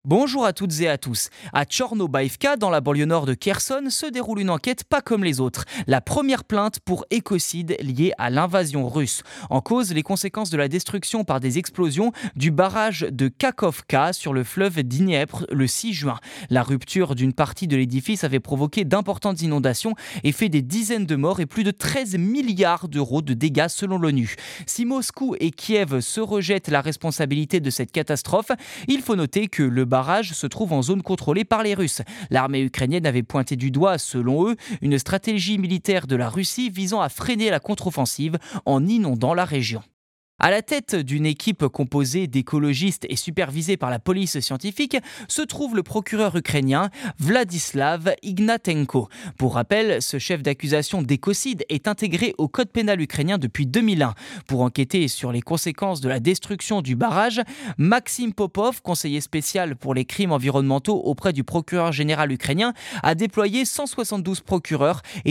Bonjour à toutes et à tous. À Tchornobaïvka, dans la banlieue nord de Kherson, se déroule une enquête pas comme les autres. La première plainte pour écocide liée à l'invasion russe. En cause, les conséquences de la destruction par des explosions du barrage de Kakhovka sur le fleuve Dniepr le 6 juin. La rupture d'une partie de l'édifice avait provoqué d'importantes inondations et fait des dizaines de morts et plus de 13 milliards d'euros de dégâts selon l'ONU. Si Moscou et Kiev se rejettent la responsabilité de cette catastrophe, il faut noter que le barrage se trouve en zone contrôlée par les Russes. L'armée ukrainienne avait pointé du doigt, selon eux, une stratégie militaire de la Russie visant à freiner la contre-offensive en inondant la région. À la tête d'une équipe composée d'écologistes et supervisée par la police scientifique se trouve le procureur ukrainien Vladislav Ignatenko. Pour rappel, ce chef d'accusation d'écocide est intégré au code pénal ukrainien depuis 2001. Pour enquêter sur les conséquences de la destruction du barrage, Maxime Popov, conseiller spécial pour les crimes environnementaux auprès du procureur général ukrainien, a déployé 172 procureurs et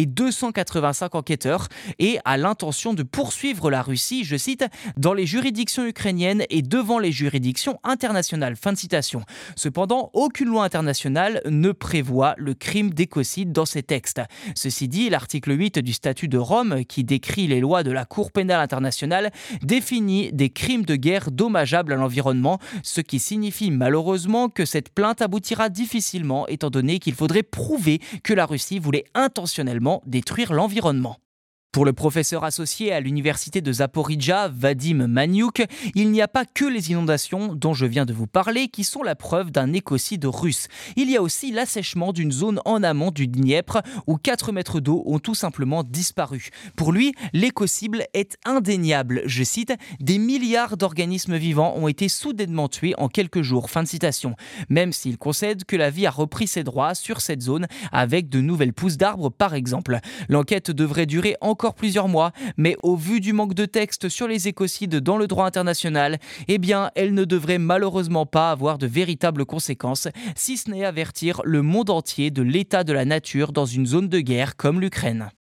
285 enquêteurs et a l'intention de poursuivre la Russie, je cite, dans les juridictions ukrainiennes et devant les juridictions internationales. Fin de citation. Cependant, aucune loi internationale ne prévoit le crime d'écocide dans ces textes. Ceci dit, l'article 8 du statut de Rome, qui décrit les lois de la Cour pénale internationale, définit des crimes de guerre dommageables à l'environnement, ce qui signifie malheureusement que cette plainte aboutira difficilement, étant donné qu'il faudrait prouver que la Russie voulait intentionnellement détruire l'environnement. Pour le professeur associé à l'université de Zaporijjia, Vadim Maniuk, il n'y a pas que les inondations dont je viens de vous parler qui sont la preuve d'un écocide russe. Il y a aussi l'assèchement d'une zone en amont du Dniepr où 4 mètres d'eau ont tout simplement disparu. Pour lui, l'écocide est indéniable. Je cite, « Des milliards d'organismes vivants ont été soudainement tués en quelques jours ». Fin de citation. Même s'il concède que la vie a repris ses droits sur cette zone avec de nouvelles pousses d'arbres par exemple. L'enquête devrait durer encore plusieurs mois, mais au vu du manque de textes sur les écocides dans le droit international, eh bien, elle ne devrait malheureusement pas avoir de véritables conséquences, si ce n'est avertir le monde entier de l'état de la nature dans une zone de guerre comme l'Ukraine.